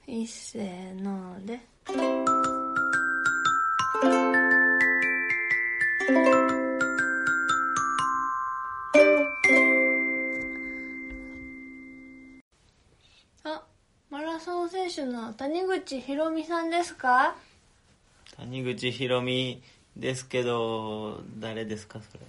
いっせーので。あ、マラソン選手の谷口博美さんですか？ 谷口博美ですけど、誰ですかそれ。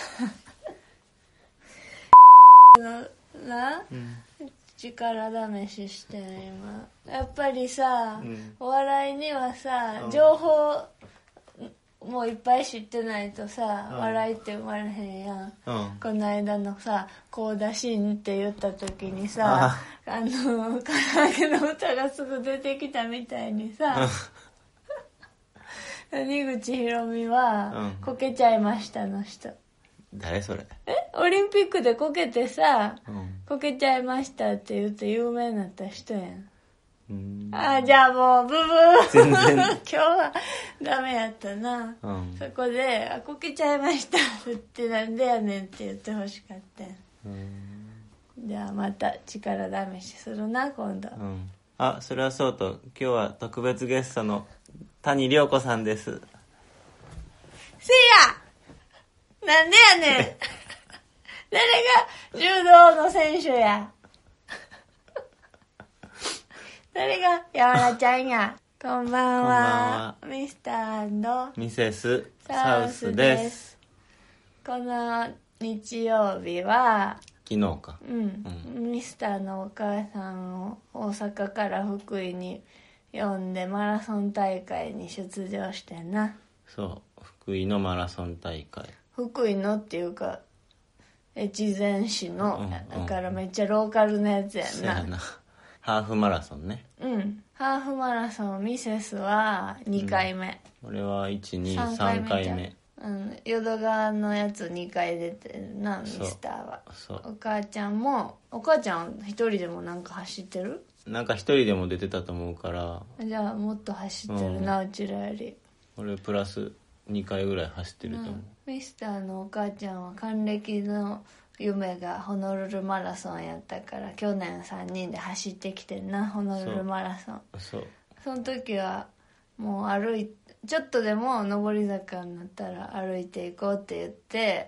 な、力試ししてる今。やっぱりさ、お笑いにはさ、情報もういっぱい知ってないとさ、笑いって生まれへんやん。この間のさ、コーダシンって言った時にさ、唐揚げの歌がすぐ出てきたみたいにさ、谷口博美は、こけちゃいましたの人。 誰それ。 オリンピックでこけてさ、こけちゃいましたって言って有名になった人やん。じゃあもうブブー全然今日はダメやったな、そこでこけちゃいましたってなんでやねんって言ってほしかったやん。じゃあまた力試しするな今度。 それはそうと、今日は特別ゲストの谷涼子さんです。 せやなんでやねん誰が柔道の選手や誰がやわらちゃんや。こんばんは。ミスター& ミセスサウスです。 この日曜日は昨日か。 ミスターのお母さんを大阪から福井に呼んでマラソン大会に出場してんな。 そう、福井のマラソン大会。 福井のっていうか越前市の、だからめっちゃローカルなやつやんな。 そうやな。ハーフマラソンね。 ハーフマラソンミセスは2回目、 俺は1、2、3回目。 淀川のやつ2回出てるな、ミスターは。お母ちゃん一人でもなんか走ってる？ なんか一人でも出てたと思うから。 じゃあもっと走ってるな、うちらより。 俺プラス2回ぐらい走ってると思う。 ミスターのお母ちゃんは還暦の夢がホノルルマラソンやったから去年3人で走ってきてんな、ホノルルマラソン。その時はもうちょっとでも上り坂になったら歩いていこうって言って、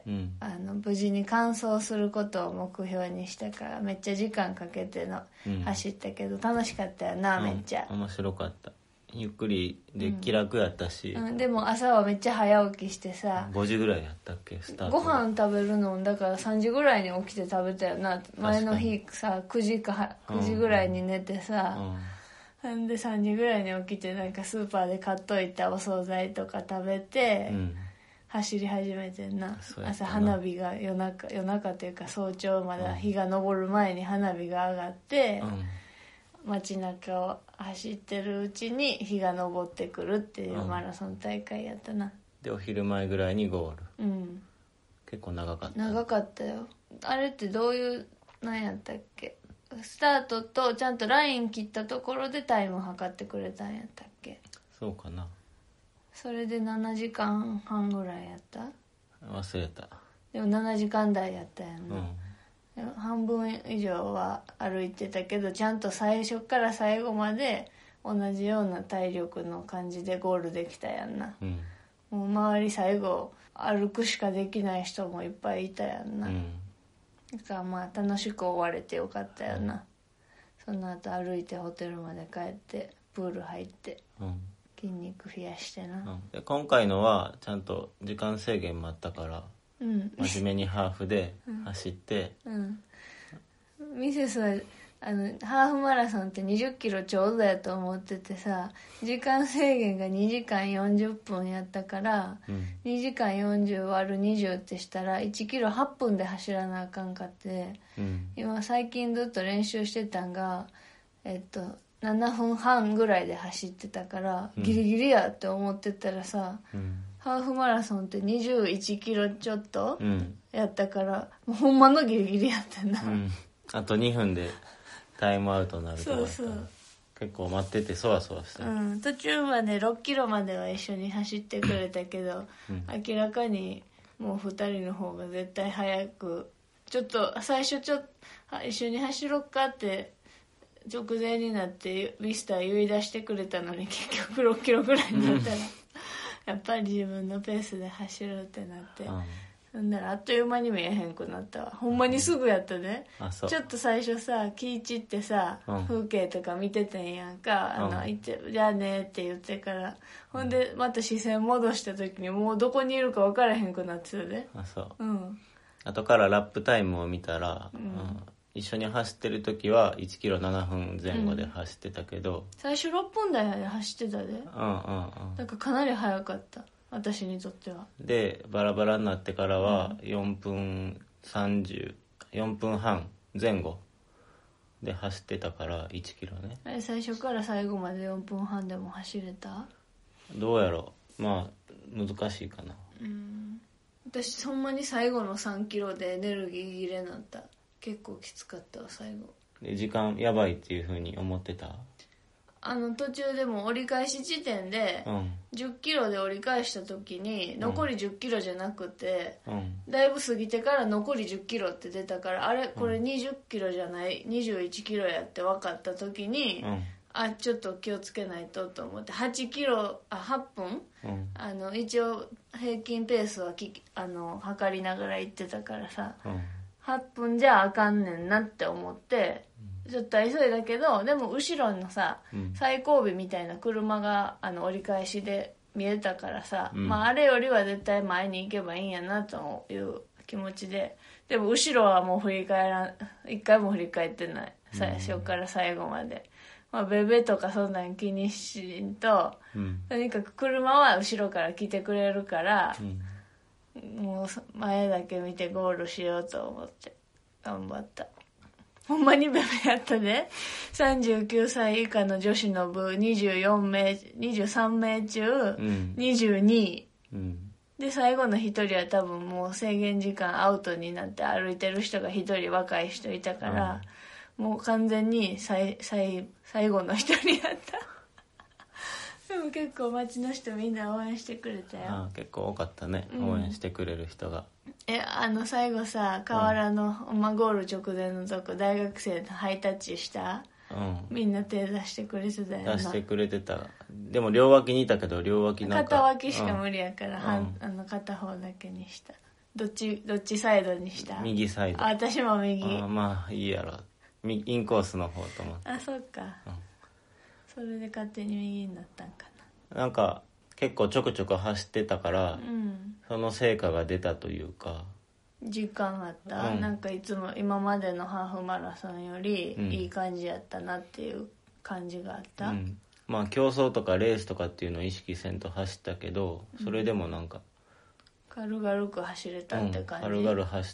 無事に完走することを目標にしたからめっちゃ時間かけて走ったけど楽しかったよな、めっちゃ面白かった。ゆっくりで気楽やったし、 でも朝はめっちゃ早起きしてさ、 5時ぐらいやったっけスタート。 ご飯食べるのだから3時ぐらいに起きて食べたよな。前の日さ9時ぐらいに寝てさ、で3時ぐらいに起きてなんかスーパーで買っといたお惣菜とか食べて、走り始めてんな。朝花火が夜中というか早朝まだ日が昇る前に花火が上がって、街中を走ってるうちに日が昇ってくるっていうマラソン大会やったな。 でお昼前ぐらいにゴール。結構長かった。 長かったよ。あれってどういうなんやったっけ？スタートとちゃんとライン切ったところでタイム測ってくれたんやったっけ？ そうかな。 それで7時間半ぐらいやった？ 忘れた。 でも7時間台やったやんな。半分以上は歩いてたけどちゃんと最初から最後まで同じような体力の感じでゴールできたやんな、もう周り最後歩くしかできない人もいっぱいいたやんな、だからまあ楽しく終われてよかったよな、その後歩いてホテルまで帰ってプール入って、筋肉増やしてな、 で今回のはちゃんと時間制限もあったから真面目にハーフで走って、 ミセスはハーフマラソンって20キロちょうどやと思っててさ、時間制限が2時間40分やったから、2時間40割る20ってしたら1キロ8分で走らなあかんかって、今最近ずっと練習してたんが7分半ぐらいで走ってたから、ギリギリやって思ってたらさ、ハーフマラソンって21キロちょっとやったから、もうほんまのギリギリやったな、 あと2分でタイムアウトになるとか結構待っててそわそわして、 途中まで6キロまでは一緒に走ってくれたけど、明らかにもう2人の方が絶対早く、ちょっと最初一緒に走ろっかって直前になってミスター言い出してくれたのに結局6キロぐらいになったらやっぱり自分のペースで走るってなって、なんならあっという間に見えへんくなったわ。ほんまにすぐやったね。ちょっと最初さ気散ってさ、風景とか見ててんやんか、行ってじゃあねって言ってから、ほんでまた視線戻した時にもうどこにいるか分からへんくなってたで。 後からラップタイムを見たら、一緒に走ってる時は1キロ7分前後で走ってたけど、 最初6分台で走ってたで。だからかなり速かった、私にとっては。でバラバラになってからは4分半前後で走ってたから1キロね。 最初から最後まで4分半でも走れた？ どうやろう、まあ難しいかな。 私ほんまに最後の3キロでエネルギー切れになった。結構きつかったわ最後で。時間やばいっていう風に思ってた？ 途中でも折り返し地点で10キロで折り返した時に残り10キロじゃなくて、だいぶ過ぎてから残り10キロって出たから、あれこれ20キロじゃない21キロやって分かった時に、ちょっと気をつけないとと思って8分、一応平均ペースは測りながら行ってたからさ、8分じゃあかんねんなって思ってちょっと急いだけど、でも後ろのさ、最後尾みたいな車が折り返しで見えたからさ、あれよりは絶対前に行けばいいんやなという気持ちで。でも後ろはもう一回も振り返ってない、最初から最後まで。ベベとかそんなん気にしんと、とにかく車は後ろから来てくれるから、もう前だけ見てゴールしようと思って頑張った。ほんまにベベやったね。39歳以下の女子の部23名中22位、で最後の1人は多分もう制限時間アウトになって歩いてる人が1人若い人いたから、もう完全に最後の1人やったでも結構街の人みんな応援してくれたよ。 結構多かったね、応援してくれる人が。 最後さ河原の、ゴール直前のとこ大学生とハイタッチした、みんな手出してくれてたよな。 出してくれてた。でも両脇にいたけど両脇なんか片脇しか無理やから、片方だけにした。どっちサイドにした？ 右サイド。 私も右。 まあいいやろ、インコースの方と思って。 そっか、それで勝手に右になったんかな。なんか結構ちょくちょく走ってたから、その成果が出たというか実感あった、なんかいつも今までのハーフマラソンよりいい感じやったなっていう感じがあった、 まあ競争とかレースとかっていうのを意識せんと走ったけど、それでもなんか、 軽々く走れたって感じ、 軽々走って、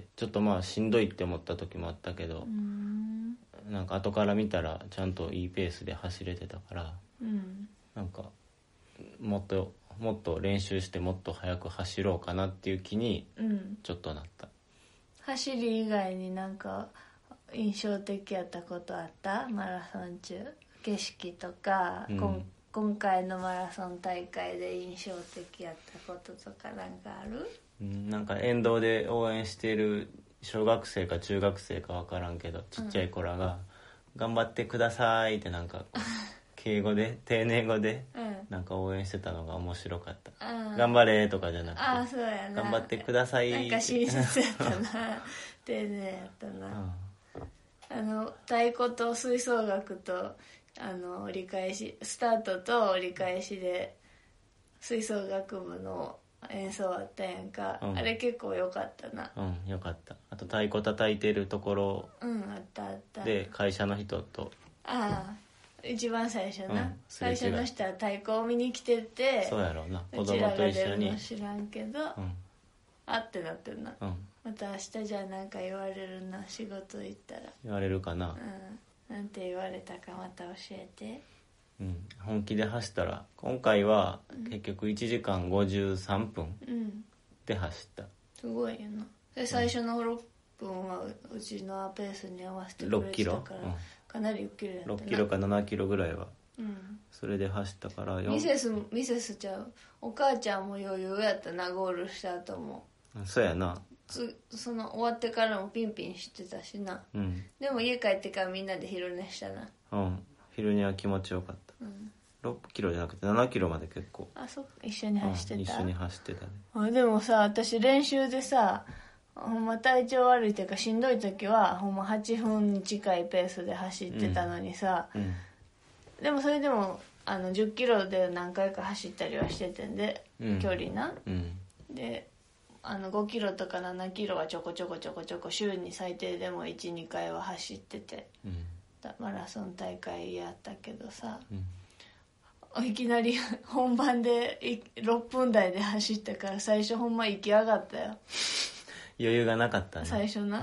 ちょっとまあしんどいって思った時もあったけど、なんか後から見たらちゃんといいペースで走れてたから、なんかもっと練習してもっと速く走ろうかなっていう気にちょっとなった、 走り以外になんか印象的やったことあった？マラソン中景色とか、今回のマラソン大会で印象的やったこととかなんかある？ なんか沿道で応援している小学生か中学生か分からんけどちっちゃい子らが、頑張ってくださいってなんか敬語で丁寧語でなんか応援してたのが面白かった、頑張れとかじゃなくて、 そうやな、 頑張ってください、 なんか親切やったな丁寧やったな、太鼓と吹奏楽と折り返しスタートと折り返しで吹奏楽部の演奏あったやんか、あれ結構良かったな。 良かった。あと太鼓叩いてるところあったあったで会社の人と一番最初な、最初の人は太鼓を見に来てて、 そうやろうな、 子供と一緒に、うちらが出るの知らんけど、ってなってるな、また明日じゃあなんか言われるな、仕事行ったら言われるかな、 なんて言われたかまた教えて。 本気で走ったら今回は結局1時間53分で走った、 すごいよな。で最初の6分はうちのペースに合わせてくれてたから、かなりゆっくりやったな。 6キロか7キロぐらいは、それで走ったから。 ミセスちゃう、お母ちゃんも余裕やったな、ゴールした後も。 そうやな、 その終わってからもピンピンしてたしな、うん、でも家帰ってからみんなで昼寝したな。 うん、昼寝は気持ちよかった、うん、6キロじゃなくて7キロまで結構。 あ、そっか、一緒に走ってた、 うん、一緒に走ってたね。 あ、でもさ、私練習でさ、ほんま体調悪いというかしんどい時はほんま8分に近いペースで走ってたのにさ、うん、でもそれでも10キロで何回か走ったりはしててんで、うん、距離な、うん、で5キロとか7キロはちょこちょこ週に最低でも 1,2 回は走ってて、うん、マラソン大会やったけどさ、うん、いきなり本番で6分台で走ったから最初ほんま息上がったよ。 余裕がなかったね、 最初の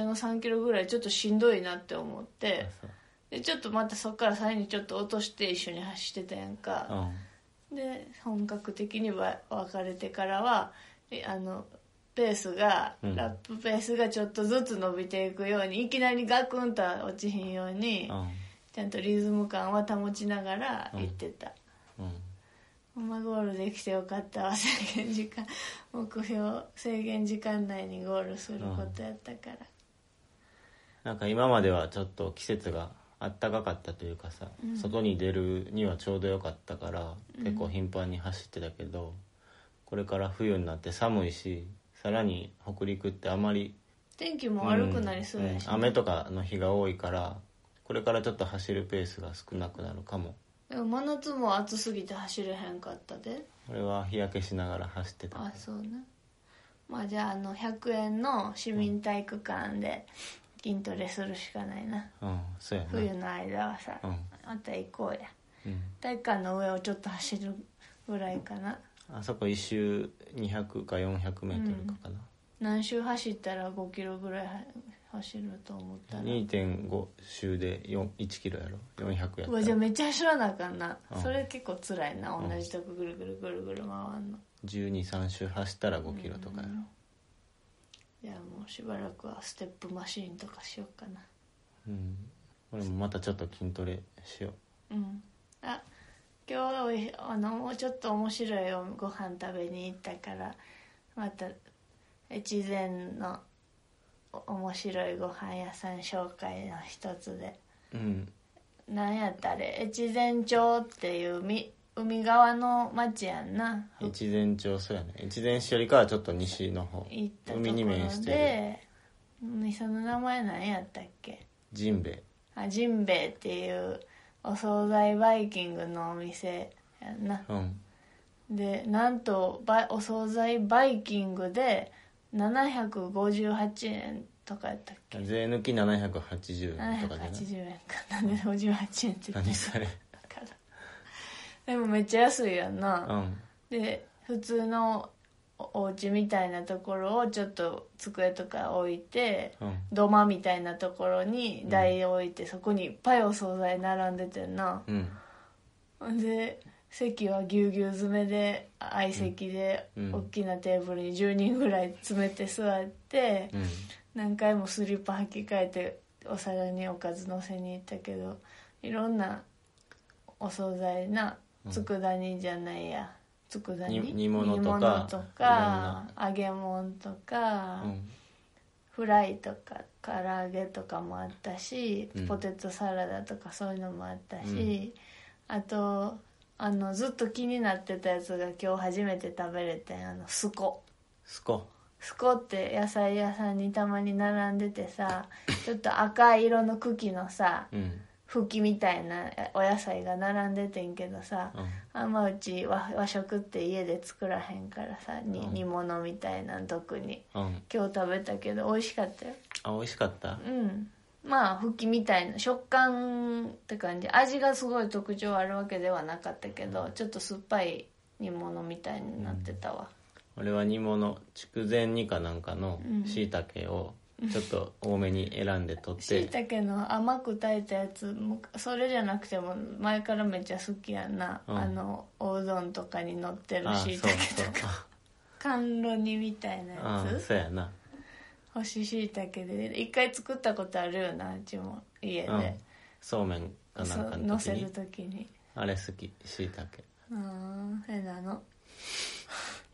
3キロぐらいちょっとしんどいなって思って、でちょっとまたそっからさらにちょっと落として一緒に走ってたやんか、うん、で本格的に別れてからはペースが、うん、ラップペースがちょっとずつ伸びていくように、いきなりガクンと落ちひんように、うん、ちゃんとリズム感は保ちながら行ってた、うんうん、ほんまゴールできてよかったわ。目標制限時間内にゴールすることやったから、 なんか今まではちょっと季節があったかかったというかさ、うん、外に出るにはちょうどよかったから結構頻繁に走ってたけど、これから冬になって寒いし、さらに北陸ってあまり天気も悪くなりそうやし、ね、 雨とかの日が多いから、これからちょっと走るペースが少なくなるかも。 でも真夏も暑すぎて走れへんかったで。 俺は日焼けしながら走ってた。 あ、そうね。まあじゃあ100円の市民体育館で筋トレするしかないな、 うん、そうやな。 冬の間はさ、うん、また行こうや、うん、体育館の上をちょっと走るぐらいかな。 あそこ1周200か400メートルかな、うん、 何周走ったら5キロぐらい走ると思ったら 2.5 周で1キロやろ、400やったら。 うわ、じゃあめっちゃ走らなあかんな、うん、それ結構辛いな、同じとこぐるぐる回んの。 12、3周走ったら5キロとかやろ、 じゃあもうしばらくはステップマシーンとかしようかな。 うん、俺もまたちょっと筋トレしよう。うん、あ、今日もうちょっと面白いご飯食べに行ったから、また越前の面白いご飯屋さん紹介の一つで、うん、なんやったあれ、越前町っていう海側の町やんな。 越前町、そうやね。越前市よりかはちょっと西の方、 行ったところで海に面してる。店の名前なんやったっけ。 ジンベエ。ジンベエっていうお惣菜バイキングのお店やんな、うん、でなんとお惣菜バイキングで758円とかやったっけ。 税抜き780円とかじゃない。 780円か。なんで58円って言って何それ。 でもめっちゃ安いやんな、うん、で普通のお家みたいなところをちょっと机とか置いて、うん、土間みたいなところに台を置いて、うん、そこにいっぱいお惣菜並んでてんな、うん、で席はぎゅうぎゅう詰めで相席で、うん、大きなテーブルに10人ぐらい詰めて座って、うん、何回もスリッパ履き替えてお皿におかず乗せに行ったけど、いろんなお惣菜な、佃煮じゃないや、佃煮、 煮物とか揚げ物とか、うん、フライとか唐揚げとかもあったし、ポテトサラダとかそういうのもあったし、あとずっと気になってたやつが今日初めて食べれて、スコって野菜屋さんにたまに並んでてさちょっと赤い色の茎のさ、ふきみたいなお野菜が並んでてんけどさ、あんまうち和食って家で作らへんからさ、煮物みたいな特に、今日食べたけど美味しかったよ。 あ、美味しかった。 うん、まあふきみたいな食感って感じ。味がすごい特徴あるわけではなかったけど、ちょっと酸っぱい煮物みたいになってたわ、 俺は煮物、筑前煮かなんかの椎茸をちょっと多めに選んで取って、 椎茸の甘く炊いたやつ、それじゃなくても前からめっちゃ好きやんな、おうどんとかに乗ってる椎茸とか甘露煮みたいなやつ、 そうやな、 干し椎茸で一回作ったことあるよな、うちも家で、 そうめんかなんかの時に乗せる時に。 あれ好き、椎茸。 変なの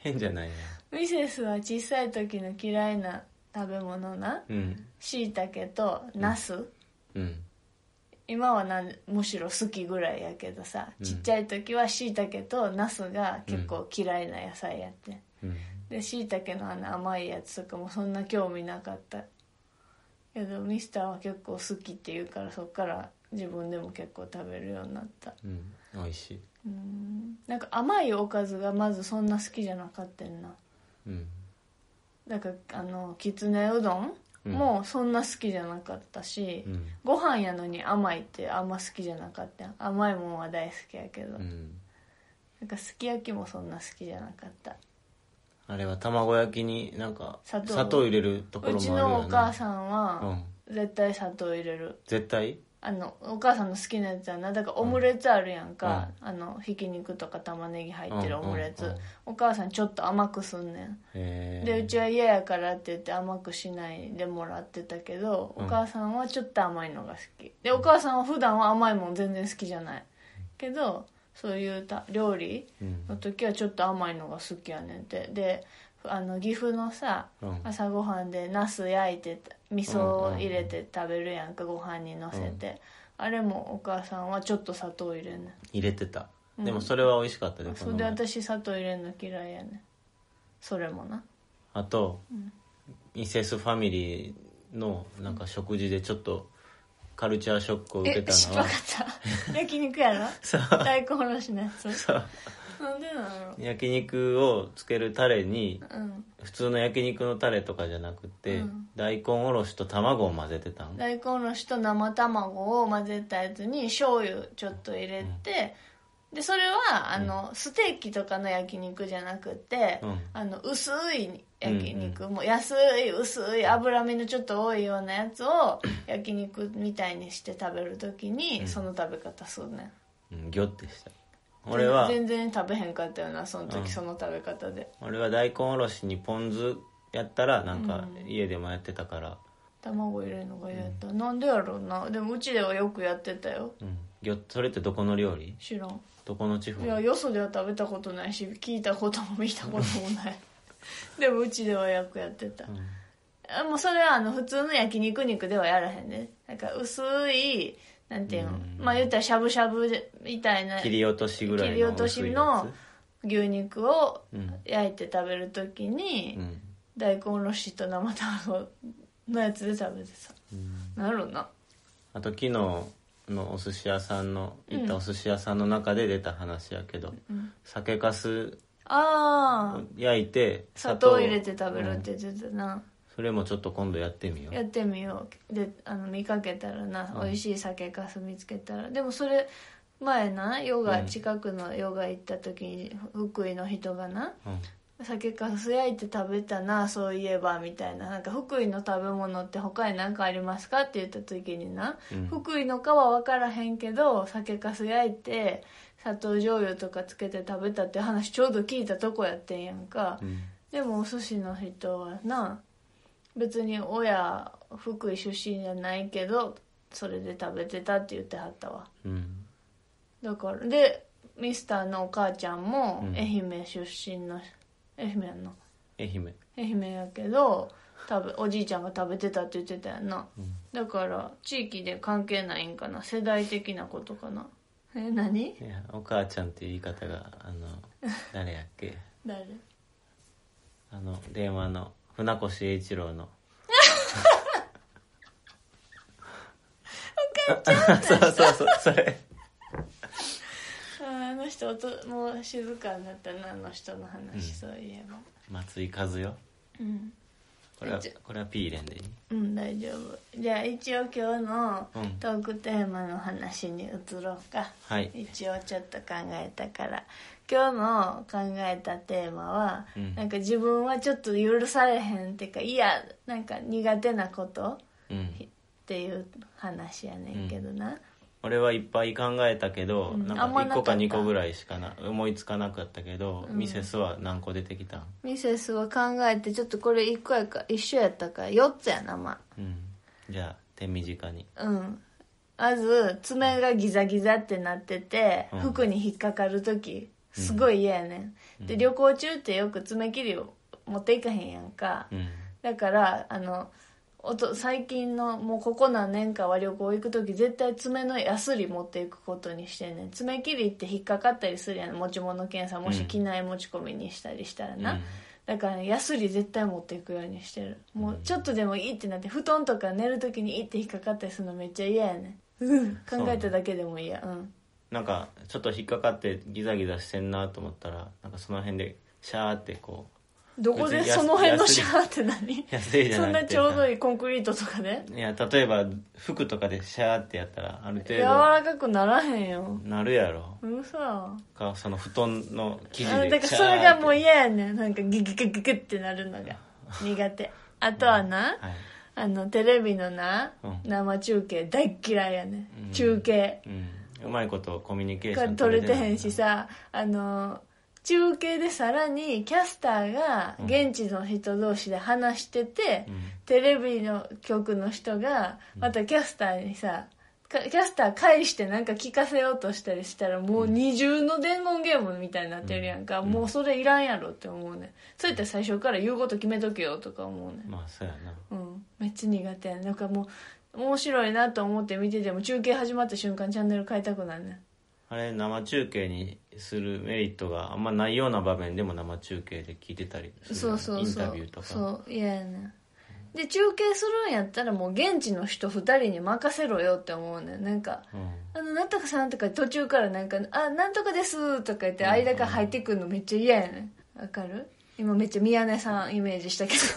変じゃないな。 ミセスは小さい時の嫌いな食べ物な、椎茸とナス、今はむしろ好きぐらいやけどさ、ちっちゃい時は椎茸とナスが結構嫌いな野菜やって、で椎茸の甘いやつとかもそんな興味なかったけど、ミスターは結構好きって言うから、そっから自分でも結構食べるようになった。 美味しい。 なんか甘いおかずがまずそんな好きじゃなかったんな。だからきつねうどんもうそんな好きじゃなかったし、ご飯やのに甘いってあんま好きじゃなかった。甘いもんは大好きやけど、なんかすき焼きもそんな好きじゃなかった。 あれは卵焼きになんか砂糖入れるところもあるよな。 うちのお母さんは絶対砂糖入れる。 絶対？ お母さんの好きなやつはな、だからオムレツあるやんか、ひき肉とか玉ねぎ入ってるオムレツ、お母さんちょっと甘くすんねん。でうちは嫌やからって言って甘くしないでもらってたけど、お母さんはちょっと甘いのが好きで、お母さんは普段は甘いもん全然好きじゃないけど、そういう料理の時はちょっと甘いのが好きやねんって。で岐阜のさ、朝ごはんでナス焼いて味噌を入れて食べるやんか、ご飯にのせて、あれもお母さんはちょっと砂糖入れんねん。 入れてた。でもそれは美味しかったで、 それで私砂糖入れんの嫌いやねん。それもな。 あと、ミセスファミリーのなんか食事でちょっとカルチャーショックを受けたのは、 分かった焼肉やろそう、 大根おろしのやつ。 そう、 なんでなの？ 焼肉をつけるタレに、普通の焼肉のタレとかじゃなくて、大根おろしと卵を混ぜてたん。 大根おろしと生卵を混ぜたやつに醤油ちょっと入れて、でそれはステーキとかの焼肉じゃなくて、薄い焼肉、もう安い薄い脂身のちょっと多いようなやつを焼肉みたいにして食べるときにその食べ方するねん。 ギョってした。俺は全然食べへんかったよな、その時、その食べ方で。 俺は大根おろしにポン酢やったらなんか家でもやってたから、 卵入れるのが嫌やった、なんでやろうな。でもうちではよくやってたよ。 それってどこの料理？ 知らん。 どこの地方？ いや、よそでは食べたことないし聞いたことも見たこともないでもうちではよくやってた、もうそれは普通の焼肉肉ではやらへんね。なんか薄い、なんていうの、まあ言ったらしゃぶしゃぶみたいな切り落としぐらいの切り落としの牛肉を焼いて食べるときに、大根おろしと生卵のやつで食べてさ、なるな。 あと昨日のお寿司屋さんの行ったお寿司屋さんの中で出た話やけど、酒粕焼いて砂糖入れて食べるって言ってたな、 それもちょっと今度やってみよう。 やってみよう。で見かけたらな、美味しい酒粕見つけたら。でもそれ前な、近くのヨガ行った時に福井の人がな、酒粕焼いて食べたなそういえばみたいな、なんか福井の食べ物って他に何かありますかって言った時にな、福井のかは分からへんけど酒粕焼いて砂糖醤油とかつけて食べたって話ちょうど聞いたとこやってんやんか、でもお寿司の人はな、別に親福井出身じゃないけどそれで食べてたって言ってはったわ、だからでミスターのお母ちゃんも愛媛出身の、愛媛やんな、愛媛やけどおじいちゃんが食べてたって言ってたやんな、だから地域で関係ないんかな、世代的なことかな。何？ いや、お母ちゃんっていう言い方が誰やっけ誰？ 電話の船越英一郎のお母ちゃんそうそれあの人もう静かになったな、あの人の話、そういえば松井和代。これは P 入れんでいい？ 大丈夫。じゃあ一応今日のトークテーマの話に移ろうか。一応ちょっと考えたから、今日の考えたテーマは、なんか自分はちょっと許されへんっていうか、なんか苦手なこと、っていう話やねんけどな、 俺はいっぱい考えたけど、なんか1個か2個ぐらいしか思いつかなかったけど、ミセスは何個出てきたん？ ミセスは考えて、ちょっとこれ1個やか一緒やったから4つやな、 じゃあ手短に。 まず爪がギザギザってなってて、服に引っかかるとき、 すごい嫌やねん、で旅行中ってよく爪切りを持っていかへんやんか、だから最近のもうここ何年かは旅行行く時絶対爪のヤスリ持っていくことにしてんねん。爪切りって引っかかったりするやん、持ち物検査もし機内持ち込みにしたりしたらな、だからねヤスリ絶対持っていくようにしてる。もうちょっとでもいいってなって布団とか寝る時にいいって引っかかったりするのめっちゃ嫌やねん、考えただけでも嫌。 なんかちょっと引っかかってギザギザしてんなと思ったらなんかその辺でシャーってこう、 どこでその辺のシャーって何？そんなちょうどいいコンクリートとかで？ いや例えば服とかでシャーってやったらある程度柔らかくならへんよ。 なるやろ。 嘘かその布団の生地でだからそれがもう嫌やねん。なんかギギギギギってなるのが苦手。あとはな、テレビのな、生中継大っ嫌いやねん、中継、 うまいことコミュニケーション取れてへんしさ、中継でさらにキャスターが現地の人同士で話してて、テレビの局の人がまたキャスターにさ、キャスター返してなんか聞かせようとしたりしたらもう二重の伝言ゲームみたいになってるやんか、もうそれいらんやろって思うね。そういったら最初から言うこと決めとけよとか思うね。 まあそうやな。 めっちゃ苦手やね。なんかもう面白いなと思って見てても中継始まった瞬間チャンネル変えたくなるね。 あれ生中継にするメリットがあんまないような場面でも生中継で聞いてたりする。 そうインタビューとか。 そう嫌やね。で中継するんやったらもう現地の人2人に任せろよって思うね。なんか、なんとかさんとか途中からなんかなんとかですとか言って間から入ってくるのめっちゃ嫌やね。わかる？今めっちゃ宮根さんイメージしたけど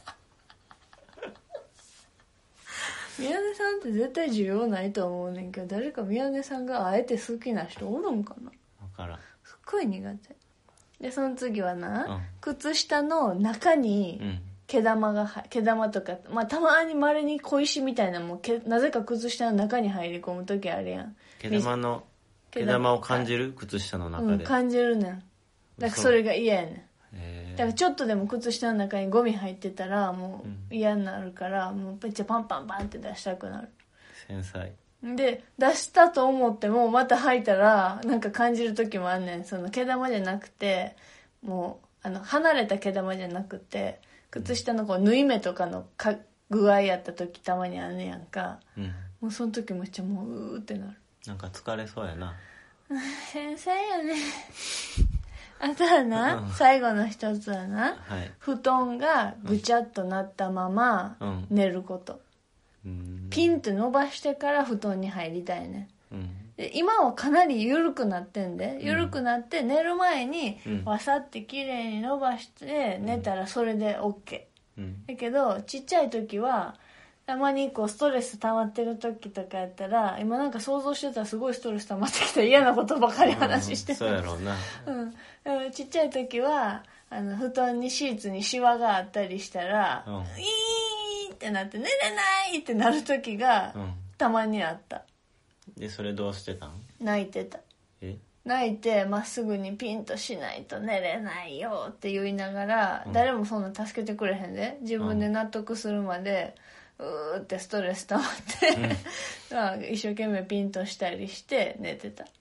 宮根さんって絶対需要ないと思うねんけど、誰か宮根さんがあえて好きな人おるんかな。 分からん。 すっごい苦手で、その次はな、靴下の中に毛玉とか、まあたまに稀に小石みたいなもんなぜか靴下の中に入り込む時あるやん。毛玉を感じる靴下の中で、 感じるねん。だからそれが嫌やねん。だからちょっとでも靴下の中にゴミ入ってたらもう嫌になるから、もうめっちゃパンパンパンって出したくなる。 繊細で出したと思ってもまた履いたらなんか感じる時もあんねん。その毛玉じゃなくて、もう離れた毛玉じゃなくて靴下のこう縫い目とかの具合やった時たまにあんねやんか、もうその時めっちゃもうってなる。 なんか疲れそうやな。 繊細やねあとはな、最後の一つはな、布団がぐちゃっとなったまま寝ること、ピンって伸ばしてから布団に入りたいね、で今はかなり緩くなってんで、緩くなって寝る前にわさって綺麗に伸ばして寝たらそれで OK、だけどちっちゃい時はたまにこうストレス溜まってる時とかやったら、今なんか想像してたらすごいストレス溜まってきた嫌なことばかり話してる、 そうやろうな、 ちっちゃい時は布団にシーツにシワがあったりしたら、イーってなって寝れないってなる時がたまにあった。 でそれどうしてたん？ 泣いてた。泣いてまっすぐにピンとしないと寝れないよって言いながら、誰もそんな助けてくれへんで、自分で納得するまでうーってストレス溜まって、一生懸命ピンとしたりして寝てた。ちょ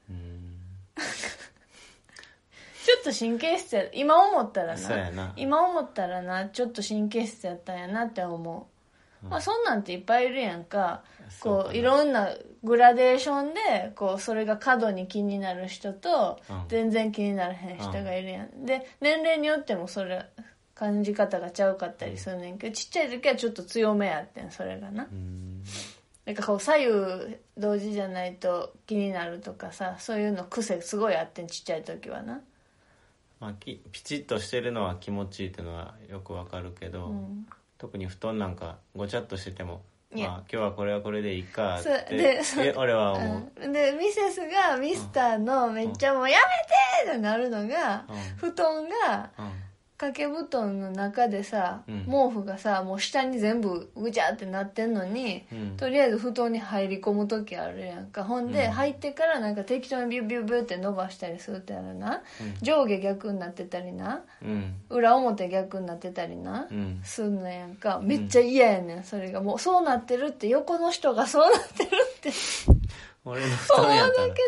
っと神経質や、今思ったらなちょっと神経質やったんやなって思う、まあそんなんていっぱいいるやんか。こういろんなグラデーションでこうそれが過度に気になる人と全然気にならへん人がいるやん、で年齢によってもそれ感じ方がちゃうかったりするねんけど、ちっちゃい時はちょっと強めやってん、それがな。なんかこう左右同時じゃないと気になるとかさ、そういうの癖すごいあってん、ちっちゃい時はな。 まあ、ピチッとしてるのは気持ちいいっていうのはよくわかるけど、特に布団なんかごちゃっとしてても、まあ、今日はこれはこれでいいかって俺は思う、 でミセスがミスターのめっちゃもうやめてってなるのが、布団が掛け布団の中でさ、毛布がさもう下に全部ぐちゃってなってんのに、とりあえず布団に入り込む時あるやんか。ほんで、入ってからなんか適当にビュービュービューって伸ばしたりするってあるな、上下逆になってたりな、裏表逆になってたりな、すんのやんか。めっちゃ嫌やねんそれが。もうそうなってるって、横の人がそうなってるって俺の布団やったら思うだけで嫌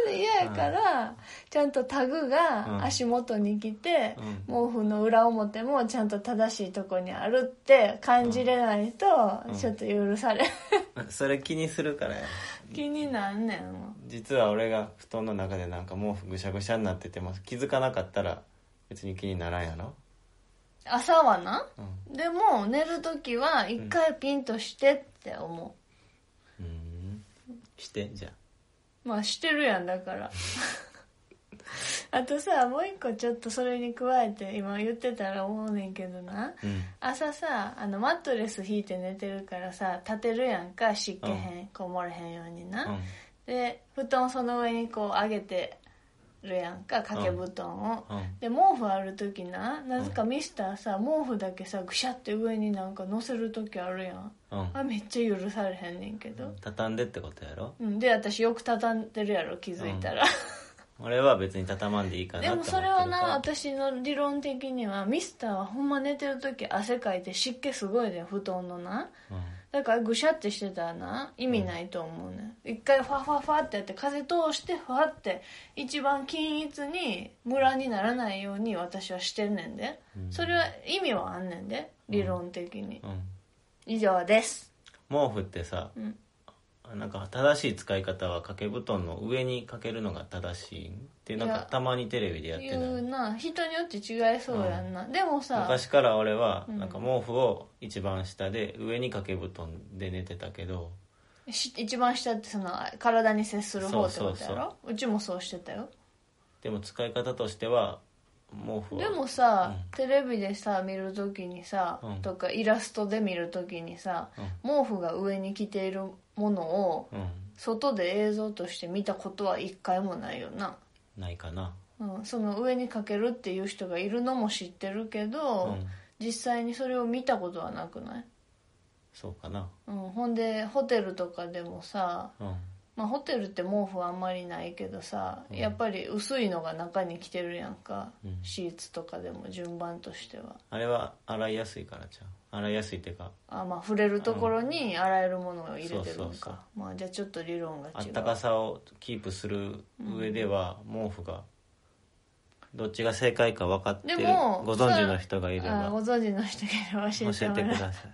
やからちゃんとタグが足元に来て、毛布の裏表もちゃんと正しいとこにあるって感じれないとちょっと許されそれ気にするからや。 気になんねん。 実は俺が布団の中でなんか毛布ぐしゃぐしゃになってても気づかなかったら別に気にならんやろ。 朝はな、でも寝るときは一回ピンとしてって思う。 してじゃあ。 まあしてるやんだからあとさ、もう一個ちょっとそれに加えて今言ってたら思うねんけどな、朝さマットレス引いて寝てるからさ立てるやんか、湿気へん、こもれへんようにな、で布団その上にこう上げてるやんか、掛け布団を、で毛布ある時なぜかミスターさ毛布だけさぐしゃって上になんか乗せる時あるやん、あめっちゃ許されへんねんけど、 畳んでってことやろ。 で私よく畳んでるやろ気づいたら、 俺は別に畳まんでいいかなって思ってるから。 でもそれはな、私の理論的にはミスターはほんま寝てる時汗かいて湿気すごいね、布団のな、だからぐしゃってしてたらな意味ないと思うね、一回ファファファってやって風通してファって一番均一にムラにならないように私はしてんねんで、それは意味はあんねんで理論的に、以上です。 毛布ってさ、なんか正しい使い方は掛け布団の上にかけるのが正しいっていうのがたまにテレビでやってない。 言うな、人によって違いそうやんな、でもさ昔から俺はなんか毛布を一番下で上に掛け布団で寝てたけど、 一番下ってその体に接する方ってことやろ。うちもそうしてたよ。 でも使い方としては毛布はでもさ、テレビでさ見るときにさ、とかイラストで見るときにさ、毛布が上に着ているものを、外で映像として見たことは一回もないよな。 ないかな、 その上にかけるっていう人がいるのも知ってるけど、実際にそれを見たことはなくない？ そうかな、 ほんでホテルとかでもさ、まあ、ホテルって毛布はあんまりないけどさ、やっぱり薄いのが中に着てるやんか、シーツとかでも順番としては。 あれは洗いやすいからじゃん。洗いやすいっていうか、 まあ触れるところに洗えるものを入れてるのか。まあじゃあちょっと理論が違う。 あったかさをキープする上では、毛布がどっちが正解か分かってるご存知の人がいれば、 ご存知の人がいれば教えてもらう。 教えてください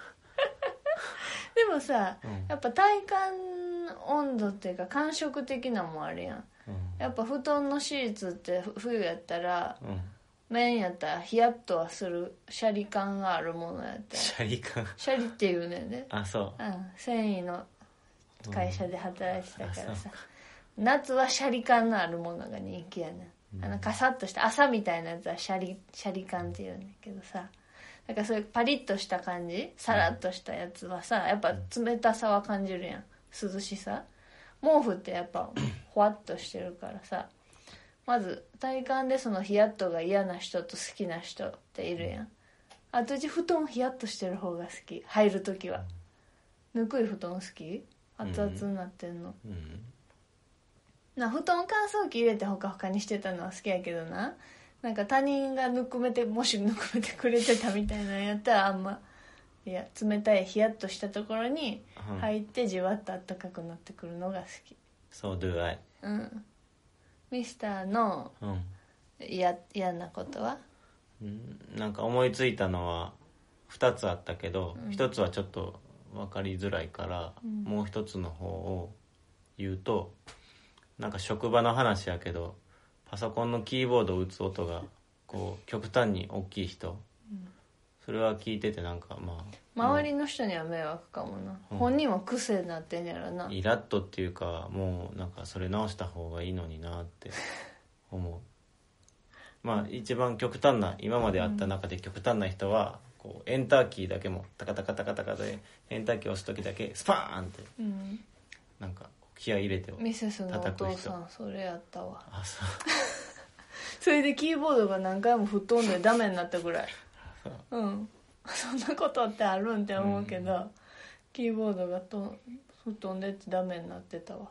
でもさ、やっぱ体感温度っていうか感触的なもんあるやん、やっぱ布団のシーツって冬やったら、綿やったらヒヤッとはするシャリ感があるものやったら、 シャリ感、 シャリっていうねんで、 そう、 繊維の会社で働いてたからさ、夏はシャリ感のあるものが人気やねん、カサッとした朝みたいなやつはシャリ感っていうんだけどさ、だからそういうパリッとした感じ、サラッとしたやつはさ、やっぱ冷たさは感じるやん、涼しさ。毛布ってやっぱほわっとしてるからさ、まず体感でそのヒヤッとが嫌な人と好きな人っているやん。私布団ヒヤッとしてる方が好き、入るときは。ぬくい布団好き？熱々になってんの、布団乾燥機入れてほかほかにしてたのは好きやけどな、なんか他人がもしぬくめてくれてたみたいなのやったらあんま、いや冷たいヒヤッとしたところに入ってじわっとあったかくなってくるのが好き。 そうdo I。 ミスターの嫌なことは？ なんか思いついたのは2つあったけど、1つはちょっと分かりづらいから、もう1つの方を言うと、なんか職場の話やけど、パソコンのキーボードを打つ音がこう極端に大きい人、それは聞いててなんか周りの人には迷惑かもな、本人は癖になってんやろな。 イラッとっていうか、もうなんかそれ直した方がいいのになって思う。一番極端な、今まであった中で極端な人はこうエンターキーだけもタカタカタカタカでエンターキー押す時だけスパーンって、なんか気合い入れてミセスのお父さんそれやったわ。 そうそれでキーボードが何回も吹っ飛んでダメになったぐらいそんなことってあるんって思うけど、キーボードが吹っ飛んでってダメになってたわ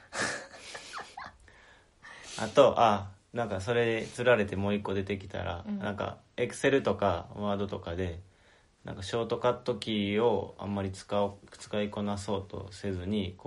あとなんかそれで釣られてもう一個出てきたら、なんかエクセルとかワードとかでなんかショートカットキーをあんまり使いこなそうとせずに、こう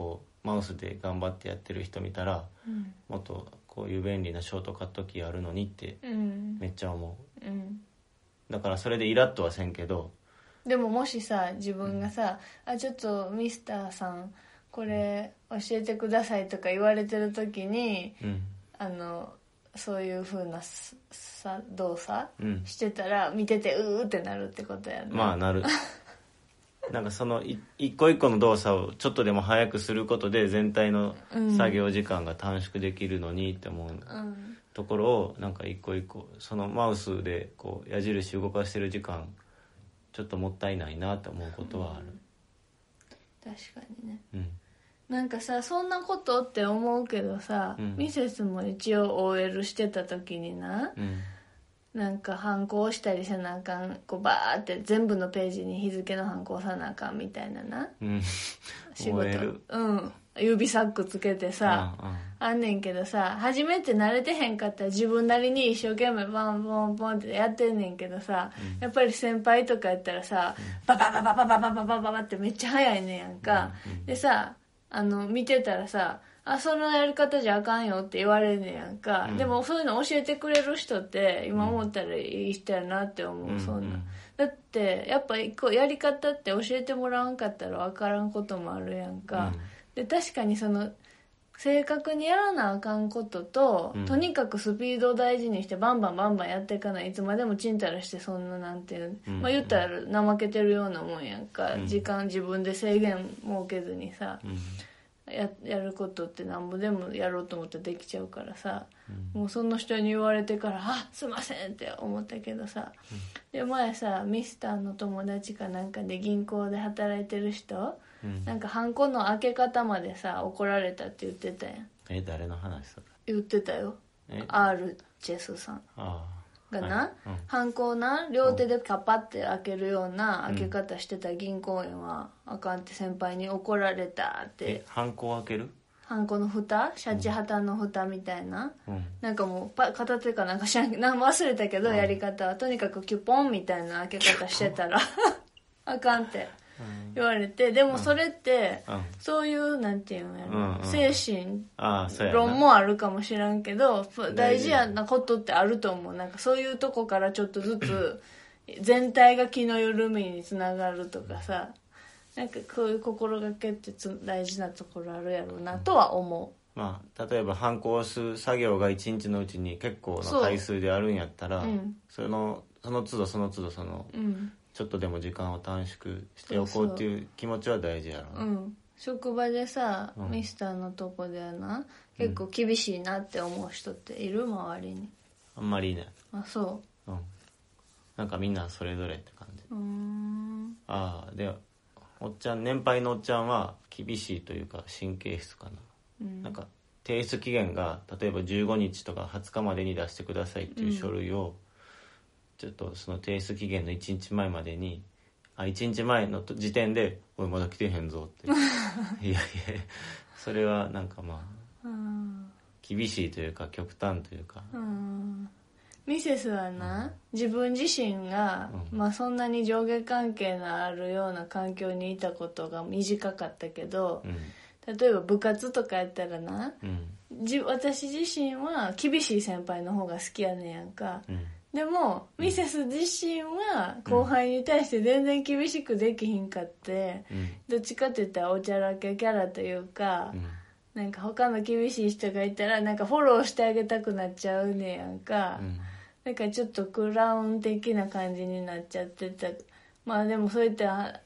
マウスで頑張ってやってる人見たら、もっとこういう便利なショートカットキーあるのにってめっちゃ思う、だからそれでイラッとはせんけど、 でももしさ自分がさ、ちょっとミスターさんこれ教えてくださいとか言われてる時に、そういう風な動作してたら見ててうーってなるってことやね。 まあなるなんかその一個一個の動作をちょっとでも早くすることで全体の作業時間が短縮できるのにって思う、ところをなんか一個一個そのマウスでこう矢印動かしてる時間ちょっともったいないなって思うことはある、 確かにね、なんかさそんなことって思うけどさ、ミセスも一応 OL してた時にな、なんかハンコ押したりせなあかん、こうバーって全部のページに日付のハンコ押さなあかんみたいなな、仕事 OL 指サックつけてさ、あんねんけどさ、初めて慣れてへんかったら自分なりに一生懸命バンボンボンってやってんねんけどさ、やっぱり先輩とかやったらさ、バババババババババババってめっちゃ早いねんやんか、でさ見てたらさ、そのやり方じゃあかんよって言われるねやんか、でもそういうの教えてくれる人って今思ったらいい人やなって思う、そんなだってやっぱ一個やり方って教えてもらわんかったら分からんこともあるやんか、で確かにその正確にやらなあかんことと、とにかくスピードを大事にしてバンバンバンバンやっていかない、いつまでもちんたらしてそんななんていう、言ったら怠けてるようなもんやんか、時間自分で制限設けずにさ、やることってなんぼでもやろうと思ったらできちゃうからさ、もうその人に言われてからすいませんって思ったけどさ、で前さミスターの友達かなんかで銀行で働いてる人、なんかハンコの開け方までさ怒られたって言ってたやん。 誰の話それ？ 言ってたよ、R チェスさんがな、ハンコをな両手でカパッて開けるような開け方してた銀行員はあかんって先輩に怒られたって。 ハンコを開ける？ ハンコの蓋、シャチハタの蓋みたいな、なんかもう片手かなんか忘れたけど、やり方はとにかくキュポンみたいな開け方してたらあかんって言われて、でもそれって、そういうなんていうのやろ、精神論もあるかもしらんけど、大事やなことってあると思う。なんかそういうとこからちょっとずつ全体が気の緩みにつながるとかさ、なんかこういう心がけって大事なところあるやろうなとは思う。 例えばハンコを押す作業が1日のうちに結構な回数であるんやったら、その都度その都度その、ちょっとでも時間を短縮しておこうっていう気持ちは大事やろう、 職場でさ、ミスターのとこではな結構厳しいなって思う人っている？周りに。 あんまりいない。 そう、 なんかみんなそれぞれって感じ。で年配のおっちゃんは厳しいというか神経質かな、なんか提出期限が例えば15日とか20日までに出してくださいっていう書類を、ちょっとその提出期限の1日前までに1日前の時点で「おいまだ来てへんぞ」っていやそれはなんか厳しいというか極端というか、 ミセスはな、自分自身が、そんなに上下関係のあるような環境にいたことが短かったけど、例えば部活とかやったらな、私自身は厳しい先輩の方が好きやねんやんか、でもミセス自身は後輩に対して全然厳しくできひんかって、どっちかって言ったらおちゃらけキャラというか、なんか他の厳しい人がいたらなんかフォローしてあげたくなっちゃうねんやんか、だからちょっとクラウン的な感じになっちゃってた。でもそういった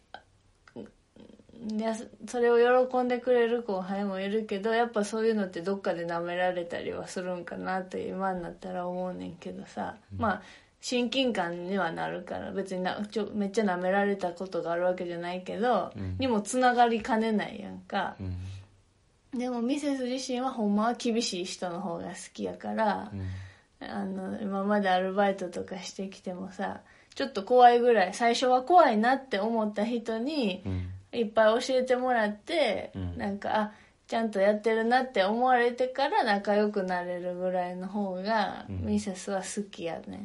それを喜んでくれる後輩もいるけど、やっぱそういうのってどっかで舐められたりはするんかなって今になったら思うねんけどさ、親近感にはなるから別にめっちゃ舐められたことがあるわけじゃないけど、にもつながりかねないやんか、でもミセス自身はほんまは厳しい人の方が好きやから、今までアルバイトとかしてきてもさ、ちょっと怖いぐらい最初は怖いなって思った人にいっぱい教えてもらって、なんかちゃんとやってるなって思われてから仲良くなれるぐらいの方がミセスは好きやね。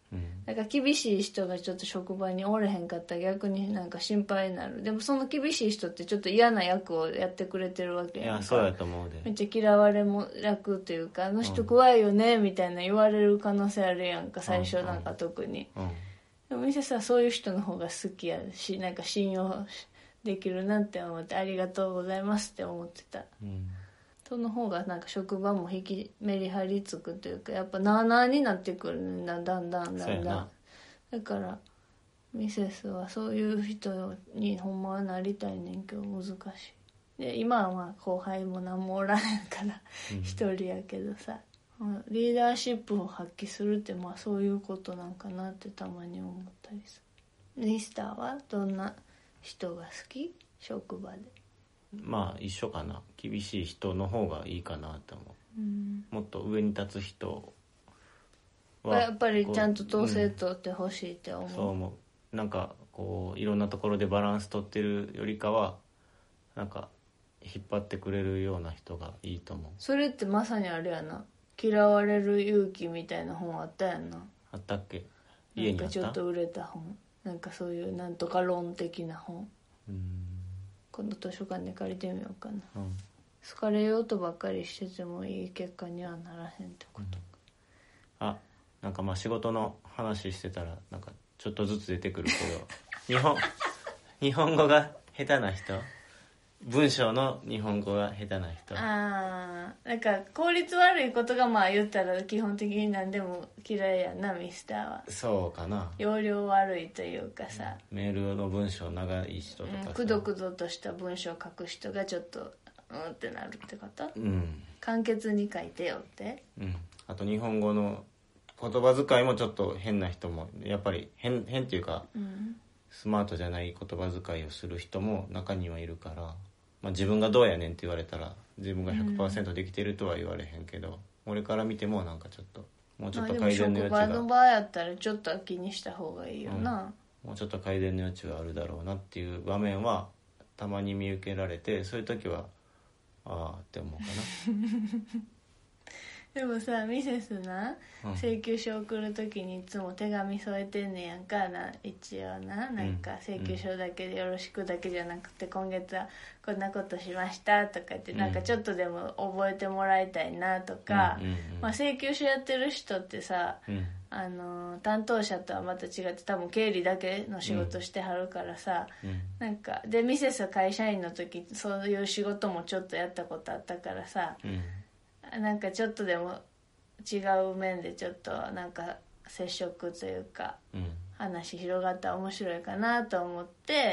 だから厳しい人がちょっと職場におれへんかったら逆になんか心配になる。でもその厳しい人ってちょっと嫌な役をやってくれてるわけやんか。 いやそうやと思うで。 めっちゃ嫌われも楽というか、あの人怖いよねみたいな言われる可能性あるやんか、最初なんか特に。でもミセスはそういう人の方が好きやし、なんか信用できるなって思って、ありがとうございますって思ってた。その方がなんか職場もメリハリつくというか、やっぱなあなあになってくるね、だんだんだん。だからミセスはそういう人にほんまはなりたいねんけど難しい。で今はまあ後輩も何もおらへんから一人やけどさ、リーダーシップを発揮するってまあそういうことなんかなってたまに思ったりする。ミスターはどんな人が好き？職場で。 まあ一緒かな。厳しい人の方がいいかなって思う。もっと上に立つ人はやっぱりちゃんと統制取ってほしいって思う。 そう思う。なんかこういろんなところでバランス取ってるよりかはなんか引っ張ってくれるような人がいいと思う。 それってまさにあれやな、嫌われる勇気みたいな本あったやんな。 あったっけ？家にあった？ なんかちょっと売れた本、なんかそういうなんとか論的な本。今度図書館で借りてみようかな。好かれようとばっかりしててもいい結果にはならへんってことか。 なんかまあ仕事の話してたらなんかちょっとずつ出てくるけど日本語が下手な人、文章の日本語が下手な人。 なんか効率悪いことがまあ言ったら基本的に何でも嫌いやんな、ミスターは。 そうかな。 要領悪いというかさ、 メールの文章長い人とかさ、 くどくどとした文章を書く人がちょっとってなるってこと？簡潔に書いてよって。 あと日本語の言葉遣いもちょっと変な人もやっぱり変っていうか、スマートじゃない言葉遣いをする人も中にはいるから、まあ、自分がどうやねんって言われたら自分が 100% できてるとは言われへんけど、俺から見てもなんかちょっともうちょっと改善の余地が、 職場の場合やったらちょっと気にした方がいいよな、 もうちょっと改善の余地はあるだろうなっていう場面はたまに見受けられて、そういう時はああって思うかな。 でもさ、ミセスな、請求書送るときにいつも手紙添えてんねやんかな。一応なんか請求書だけでよろしくだけじゃなくて、今月はこんなことしましたとか言って、なんかちょっとでも覚えてもらいたいなとか、まあ、請求書やってる人ってさ、担当者とはまた違って多分経理だけの仕事してはるからさ、なんかでミセスは会社員の時そういう仕事もちょっとやったことあったからさ、なんかちょっとでも違う面でちょっとなんか接触というか、話広がったら面白いかなと思って、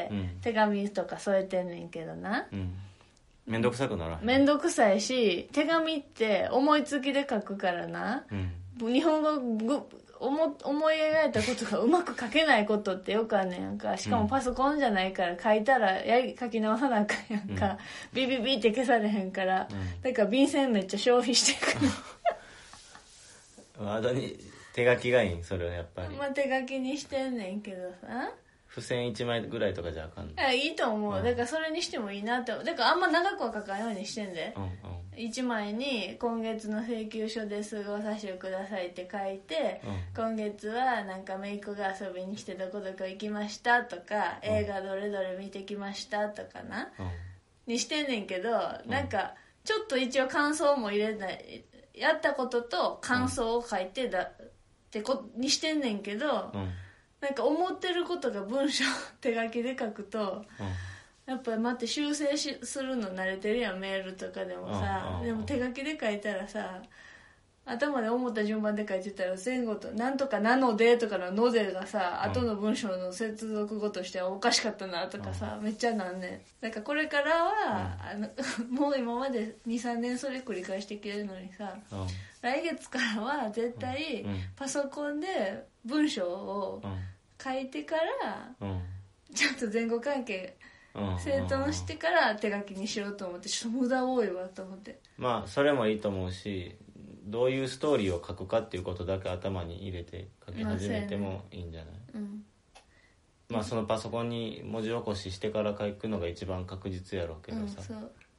手紙とか添えてんねんけどな、 めんどくさくならへん？ めんどくさいし、手紙って思いつきで書くからな、日本語思い描いたことがうまく書けないことってよくあんねんやんか。しかもパソコンじゃないから書いたら書き直さなあかんやんか、ビビビって消されへんから、だから便箋めっちゃ消費してくる。 ワードに手書きがいいん？それはやっぱり。 まあ手書きにしてんねんけどさ、 付箋1枚ぐらいとかじゃあかんの？ いいと思う、だからそれにしてもいいなって。だからあんま長くは書かんようにしてんで、1枚に今月の請求書ですご差しくださいって書いて、今月はなんか姪っ子が遊びに来てどこどこ行きましたとか、映画どれどれ見てきましたとかな、にしてんねんけど、なんかちょっと一応感想も入れない、やったことと感想を書いてってにしてんねんけど、なんか思ってることが文章手書きで書くと、やっぱり待って修正するの慣れてるやん、メールとかでもさ、でも手書きで書いたらさ、頭で思った順番で書いてたら前後となんとかなのでとかののでがさ、後の文章の接続語としてはおかしかったなとかさ、めっちゃなんねん。だからこれからは、もう今まで 2,3 年それ繰り返してきてるのにさ、来月からは絶対パソコンで文章を書いてから、ちょっと前後関係整頓してから手書きにしようと思って、ちょっと無駄多いわと思って。 まあそれもいいと思うし、どういうストーリーを書くかっていうことだけ頭に入れて書き始めてもいいんじゃない？まあそのパソコンに文字起こししてから書くのが一番確実やろうけどさ、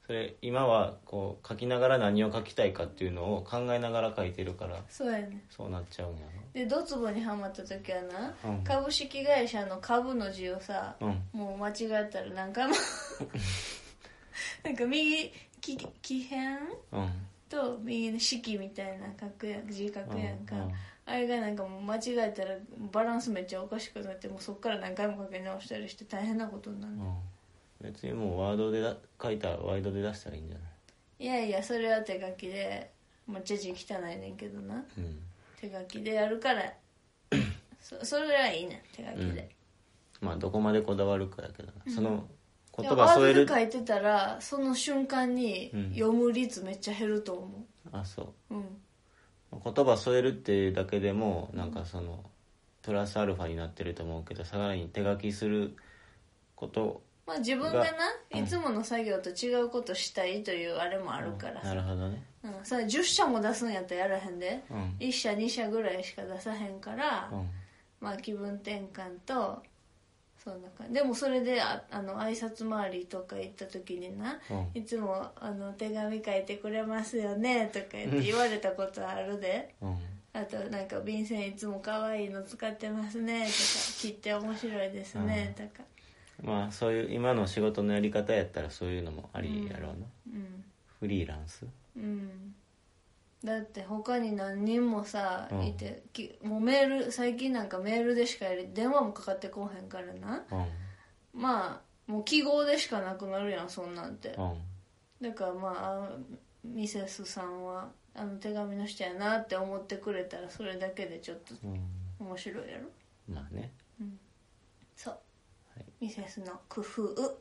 それ今はこう書きながら何を書きたいかっていうのを考えながら書いてるから、 そうやね。 そうなっちゃうんやろ。 でドツボにはまった時はな、 うん、 株式会社の株の字をさ、 うん、 もう間違ったら何回もなんか右木偏、 うん、 と右の式みたいな字書くやんか、 うんうん、 あれがなんかもう間違えたらバランスめっちゃおかしくなって、もうそっから何回も書き直したりして大変なことになる、 別にもうワードで書いたらワードで出したらいいんじゃない？ いやいや、それは手書きで、めっちゃ字汚いねんけどな、手書きでやるからそれはいいねん、手書きで、 まあどこまでこだわるかやけどな、その言葉添える。ワード葉添える。 で書いてたらその瞬間に読む率めっちゃ減ると思う。 あ、そう、 言葉添えるっていうだけでもなんかそのプラスアルファになってると思うけど、さらに手書きすることまあ自分がな、いつもの作業と違うことしたいというあれもあるからさ、 なるほどね、 さ10社も出すんやったらやらへんで、1社2社ぐらいしか出さへんから、まあ気分転換とそんな感じで。もそれで挨拶回りとか行った時にな、いつも手紙書いてくれますよねとか言われたことあるで、あとなんか便箋いつも可愛いの使ってますねとか、切って面白いですねとか、 まあそういう今の仕事のやり方やったらそういうのもありやろうな、フリーランス、だって他に何人もさ、いて、もうメール、最近なんかメールでしか電話もかかってこうへんからな、まあもう記号でしかなくなるやん、そんなんて、だからまあミセスさんは手紙の人やなって思ってくれたら、それだけでちょっと面白いやろ。 まあね、 そう、ミセスの工夫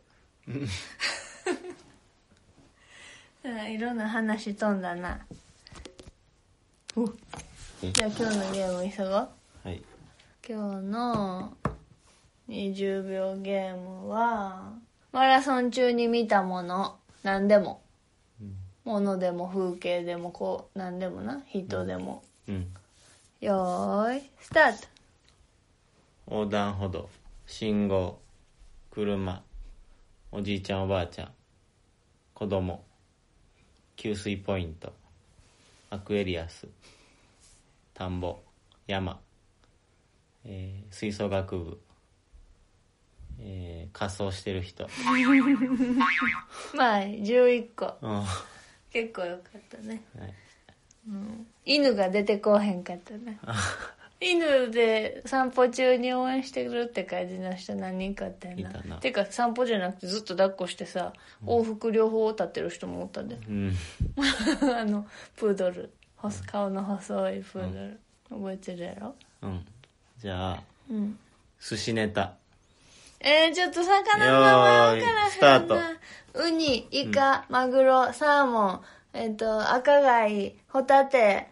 いろんな話飛んだな。じゃあ今日のゲーム急ごう。 はい。 今日の20秒ゲームは、マラソン中に見たもの、何でも、物でも風景でもこう何でもな、人でも、よーいスタート。 横断歩道、信号、車、おじいちゃんおばあちゃん、子供、給水ポイント、アクエリアス、田んぼ、山、吹奏楽部、仮装してる人まあ11個、結構よかったね、犬が出てこうへんかったね犬で散歩中に応援してるって感じの人何人かあったよな。てか散歩じゃなくてずっと抱っこしてさ、往復両方立ってる人もおったで、プードル、顔の細いプードル、覚えてるやろ。 じゃあ、寿司ネタ。 ちょっと魚の名前分からへんな。 スタート。 ウニ、イカ、マグロ、サーモン、赤貝、ホタテ、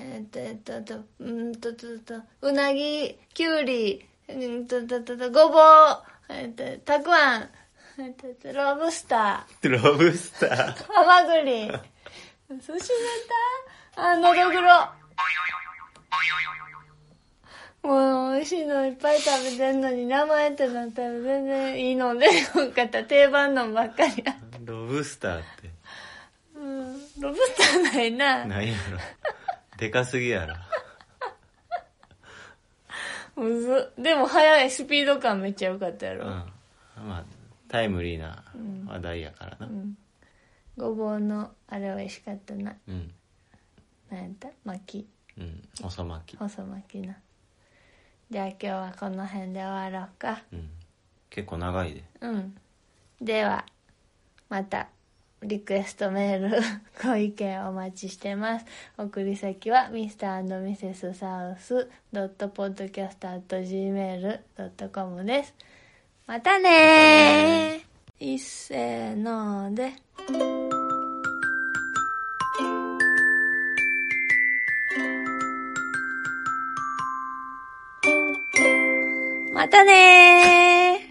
うなぎ、きゅうり、ごぼう、たくあん、ロブスター。 ロブスター。 ハマグリ。寿司ネタ？のどぐろ。もう美味しいのいっぱい食べてんのに、名前ってなったら全然いいの出てこんかった。定番のばっかりや。 ロブスターって。 ロブスターないな。 ないやろ。でかすぎやろ。 むず。でも速い、スピード感めっちゃ良かったやろ。 まあタイムリーな話題やからな。 ごぼうのあれ美味しかったな。なんやった？巻き。 細巻き。 細巻きな。じゃあ今日はこの辺で終わろうか。 結構長いで。 ではまたリクエストメールご意見お待ちしてます。送り先は mr.mrs.south.podcast@gmail.com です。またねー。いっせーので。またねー。